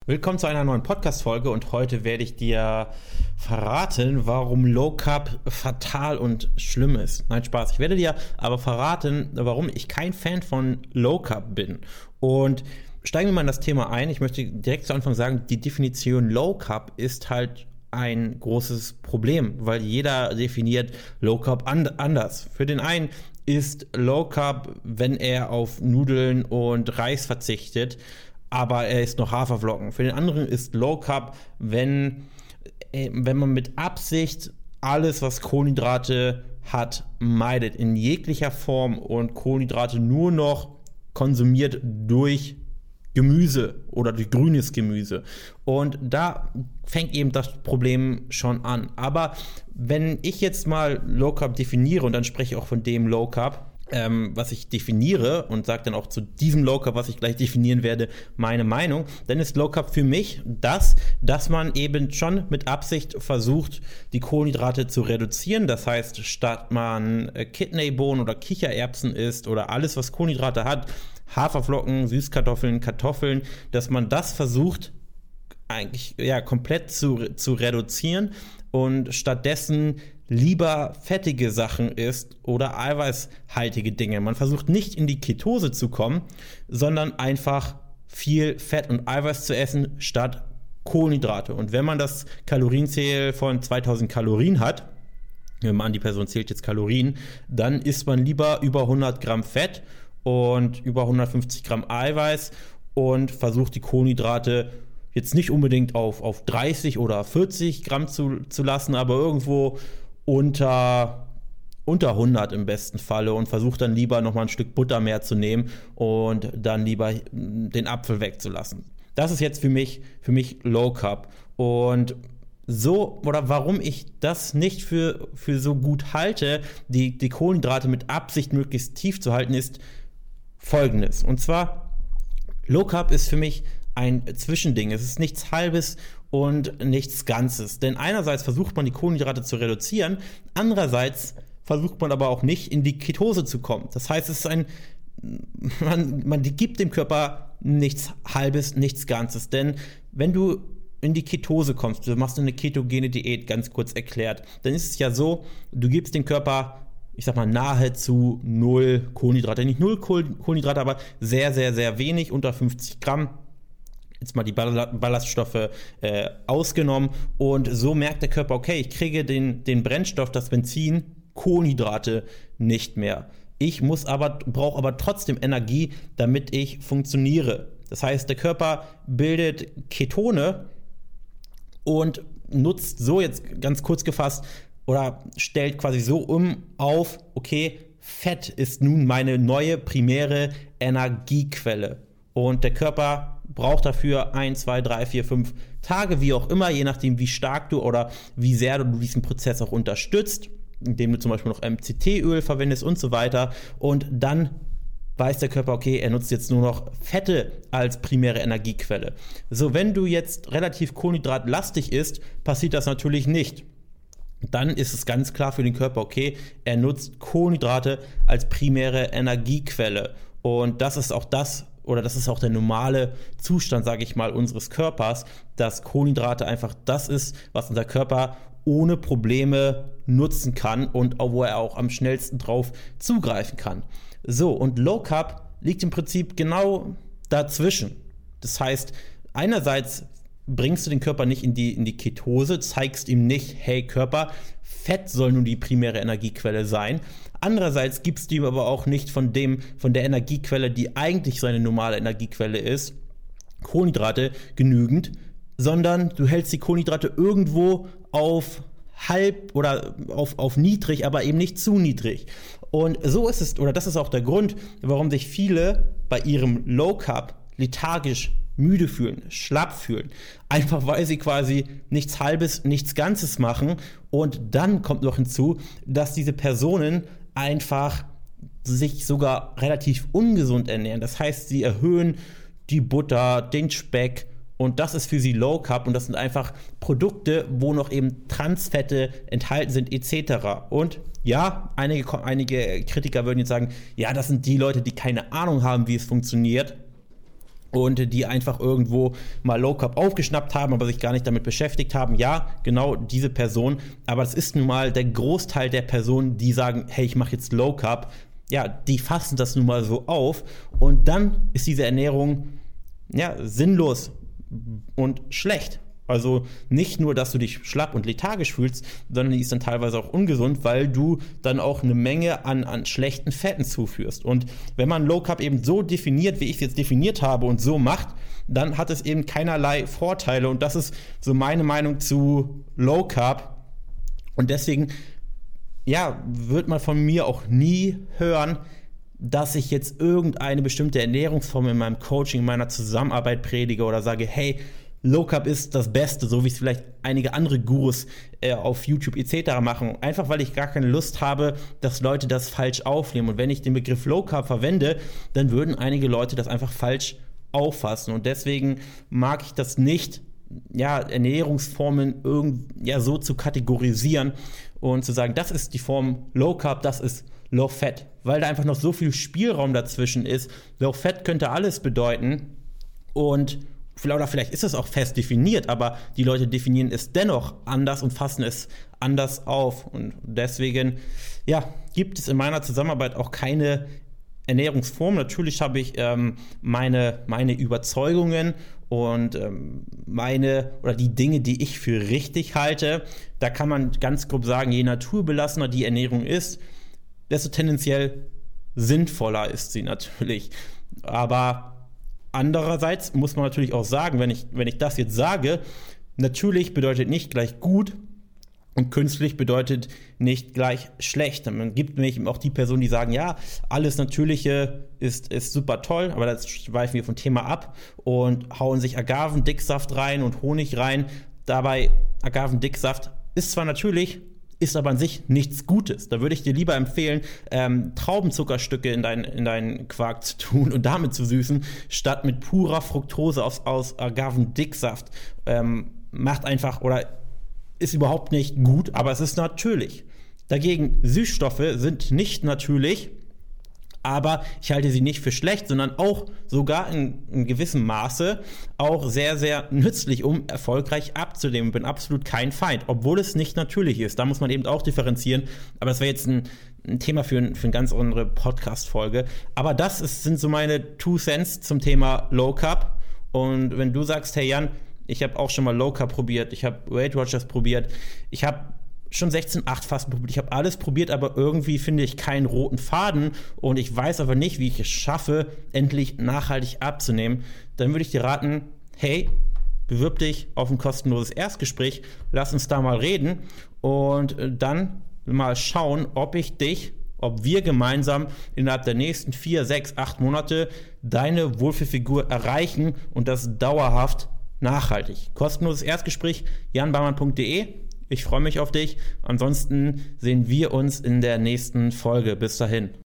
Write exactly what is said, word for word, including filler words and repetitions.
Willkommen zu einer neuen Podcast-Folge und heute werde ich dir verraten, warum Low Carb fatal und schlimm ist. Nein, Spaß. Ich werde dir aber verraten, warum ich kein Fan von Low Carb bin. Und steigen wir mal in das Thema ein. Ich möchte direkt zu Anfang sagen, die Definition Low Carb ist halt ein großes Problem, weil jeder definiert Low Carb and- anders. Für den einen ist Low Carb, wenn er auf Nudeln und Reis verzichtet, aber er isst noch Haferflocken. Für den anderen ist Low Carb, wenn, äh, wenn man mit Absicht alles, was Kohlenhydrate hat, meidet in jeglicher Form und Kohlenhydrate nur noch konsumiert durch Gemüse oder durch grünes Gemüse. Und da fängt eben das Problem schon an. Aber wenn ich jetzt mal Low Carb definiere und dann spreche ich auch von dem Low Carb, Ähm, was ich definiere und sage dann auch zu diesem Low Carb, was ich gleich definieren werde, meine Meinung, dann ist Low Carb für mich das, dass man eben schon mit Absicht versucht, die Kohlenhydrate zu reduzieren. Das heißt, statt man äh, Kidneybohnen oder Kichererbsen isst oder alles, was Kohlenhydrate hat, Haferflocken, Süßkartoffeln, Kartoffeln, dass man das versucht, eigentlich ja komplett zu, zu reduzieren und stattdessen lieber fettige Sachen isst oder eiweißhaltige Dinge. Man versucht nicht in die Ketose zu kommen, sondern einfach viel Fett und Eiweiß zu essen statt Kohlenhydrate. Und wenn man das Kalorienziel von zweitausend Kalorien hat, wenn man die Person zählt jetzt Kalorien, dann isst man lieber über hundert Gramm Fett und über hundertfünfzig Gramm Eiweiß und versucht die Kohlenhydrate jetzt nicht unbedingt auf, auf dreißig oder vierzig Gramm zu, zu lassen, aber irgendwo unter, unter hundert im besten Falle und versucht dann lieber nochmal ein Stück Butter mehr zu nehmen und dann lieber den Apfel wegzulassen. Das ist jetzt für mich, für mich Low Carb. Und so, oder warum ich das nicht für, für so gut halte, die, die Kohlenhydrate mit Absicht möglichst tief zu halten, ist Folgendes. Und zwar, Low Carb ist für mich ein Zwischending. Es ist nichts Halbes und nichts Ganzes. Denn einerseits versucht man, die Kohlenhydrate zu reduzieren, andererseits versucht man aber auch nicht, in die Ketose zu kommen. Das heißt, es ist ein, man, man gibt dem Körper nichts Halbes, nichts Ganzes. Denn wenn du in die Ketose kommst, du machst eine ketogene Diät, ganz kurz erklärt, dann ist es ja so, du gibst dem Körper, ich sag mal, nahezu null Kohlenhydrate. Nicht null Kohlenhydrate, aber sehr, sehr, sehr wenig, unter fünfzig Gramm. Jetzt mal die Ballaststoffe äh, ausgenommen und so merkt der Körper, okay, ich kriege den, den Brennstoff, das Benzin, Kohlenhydrate nicht mehr. Ich muss aber, brauche aber trotzdem Energie, damit ich funktioniere. Das heißt, der Körper bildet Ketone und nutzt so, jetzt ganz kurz gefasst, oder stellt quasi so um auf, okay, Fett ist nun meine neue primäre Energiequelle. Und der Körper braucht dafür ein, zwei, drei, vier, fünf Tage, wie auch immer, je nachdem, wie stark du oder wie sehr du diesen Prozess auch unterstützt, indem du zum Beispiel noch M C T-Öl verwendest und so weiter. Und dann weiß der Körper, okay, er nutzt jetzt nur noch Fette als primäre Energiequelle. So, wenn du jetzt relativ kohlenhydratlastig isst, passiert das natürlich nicht. Dann ist es ganz klar für den Körper, okay, er nutzt Kohlenhydrate als primäre Energiequelle. Und das ist auch das, oder das ist auch der normale Zustand, sage ich mal, unseres Körpers, dass Kohlenhydrate einfach das ist, was unser Körper ohne Probleme nutzen kann und wo er auch am schnellsten drauf zugreifen kann. So, und Low Carb liegt im Prinzip genau dazwischen. Das heißt, einerseits bringst du den Körper nicht in die, in die Ketose, zeigst ihm nicht, hey Körper, Fett soll nun die primäre Energiequelle sein. Andererseits gibst du ihm aber auch nicht von dem, von der Energiequelle, die eigentlich seine normale Energiequelle ist, Kohlenhydrate genügend, sondern du hältst die Kohlenhydrate irgendwo auf halb oder auf, auf niedrig, aber eben nicht zu niedrig. Und so ist es, oder das ist auch der Grund, warum sich viele bei ihrem Low Carb lethargisch müde fühlen, schlapp fühlen. Einfach weil sie quasi nichts Halbes, nichts Ganzes machen. Und dann kommt noch hinzu, dass diese Personen einfach sich sogar relativ ungesund ernähren. Das heißt, sie erhöhen die Butter, den Speck und das ist für sie Low Carb und das sind einfach Produkte, wo noch eben Transfette enthalten sind et cetera. Und ja, einige, einige Kritiker würden jetzt sagen, ja, das sind die Leute, die keine Ahnung haben, wie es funktioniert. und die einfach irgendwo mal Low Carb aufgeschnappt haben, aber sich gar nicht damit beschäftigt haben. Ja, genau diese Person, aber das ist nun mal der Großteil der Personen, die sagen, hey, ich mache jetzt Low Carb. Ja, die fassen das nun mal so auf und dann ist diese Ernährung ja sinnlos und schlecht. Also nicht nur, dass du dich schlapp und lethargisch fühlst, sondern die ist dann teilweise auch ungesund, weil du dann auch eine Menge an, an schlechten Fetten zuführst. Und wenn man Low Carb eben so definiert, wie ich es jetzt definiert habe und so macht, dann hat es eben keinerlei Vorteile. Und das ist so meine Meinung zu Low Carb. Und deswegen, ja, wird man von mir auch nie hören, dass ich jetzt irgendeine bestimmte Ernährungsform in meinem Coaching, in meiner Zusammenarbeit predige oder sage, hey, Low Carb ist das Beste, so wie es vielleicht einige andere Gurus äh, auf YouTube et cetera machen. Einfach weil ich gar keine Lust habe, dass Leute das falsch aufnehmen. Und wenn ich den Begriff Low Carb verwende, dann würden einige Leute das einfach falsch auffassen. Und deswegen mag ich das nicht, ja, Ernährungsformen irgend, ja, so zu kategorisieren und zu sagen, das ist die Form Low Carb, das ist Low Fat. Weil da einfach noch so viel Spielraum dazwischen ist. Low Fat könnte alles bedeuten und oder vielleicht ist es auch fest definiert, aber die Leute definieren es dennoch anders und fassen es anders auf. Und deswegen, ja, gibt es in meiner Zusammenarbeit auch keine Ernährungsform. Natürlich habe ich ähm, meine, meine Überzeugungen und ähm, meine oder die Dinge, die ich für richtig halte. Da kann man ganz grob sagen, je naturbelassener die Ernährung ist, desto tendenziell sinnvoller ist sie natürlich. Aber andererseits muss man natürlich auch sagen, wenn ich, wenn ich das jetzt sage, natürlich bedeutet nicht gleich gut und künstlich bedeutet nicht gleich schlecht. Man gibt nämlich eben auch die Personen, die sagen, ja, alles Natürliche ist, ist super toll, aber das schweifen wir vom Thema ab und hauen sich Agavendicksaft rein und Honig rein. Dabei, Agavendicksaft ist zwar natürlich, ist aber an sich nichts Gutes. Da würde ich dir lieber empfehlen, ähm, Traubenzuckerstücke in, dein, in deinen Quark zu tun und damit zu süßen, statt mit purer Fructose aus, aus Agavendicksaft. Ähm, macht einfach oder ist überhaupt nicht gut, aber es ist natürlich. Dagegen, Süßstoffe sind nicht natürlich, aber ich halte sie nicht für schlecht, sondern auch sogar in, in gewissem Maße auch sehr, sehr nützlich, um erfolgreich abzunehmen. Bin absolut kein Feind, obwohl es nicht natürlich ist. Da muss man eben auch differenzieren, aber das wäre jetzt ein, ein Thema für, ein, für eine ganz andere Podcast-Folge. Aber das ist, sind so meine Two Cents zum Thema Low Carb. Und wenn du sagst, hey Jan, ich habe auch schon mal Low Carb probiert, ich habe Weight Watchers probiert, ich habe schon sechzehn acht Fasten probiert. Ich habe alles probiert, aber irgendwie finde ich keinen roten Faden und ich weiß aber nicht, wie ich es schaffe, endlich nachhaltig abzunehmen. Dann würde ich dir raten, hey, bewirb dich auf ein kostenloses Erstgespräch, lass uns da mal reden und dann mal schauen, ob ich dich, ob wir gemeinsam innerhalb der nächsten vier, sechs, acht Monate deine Wohlfühlfigur erreichen und das dauerhaft nachhaltig. Kostenloses Erstgespräch, jan baumann punkt de. Ich freue mich auf dich. Ansonsten sehen wir uns in der nächsten Folge. Bis dahin.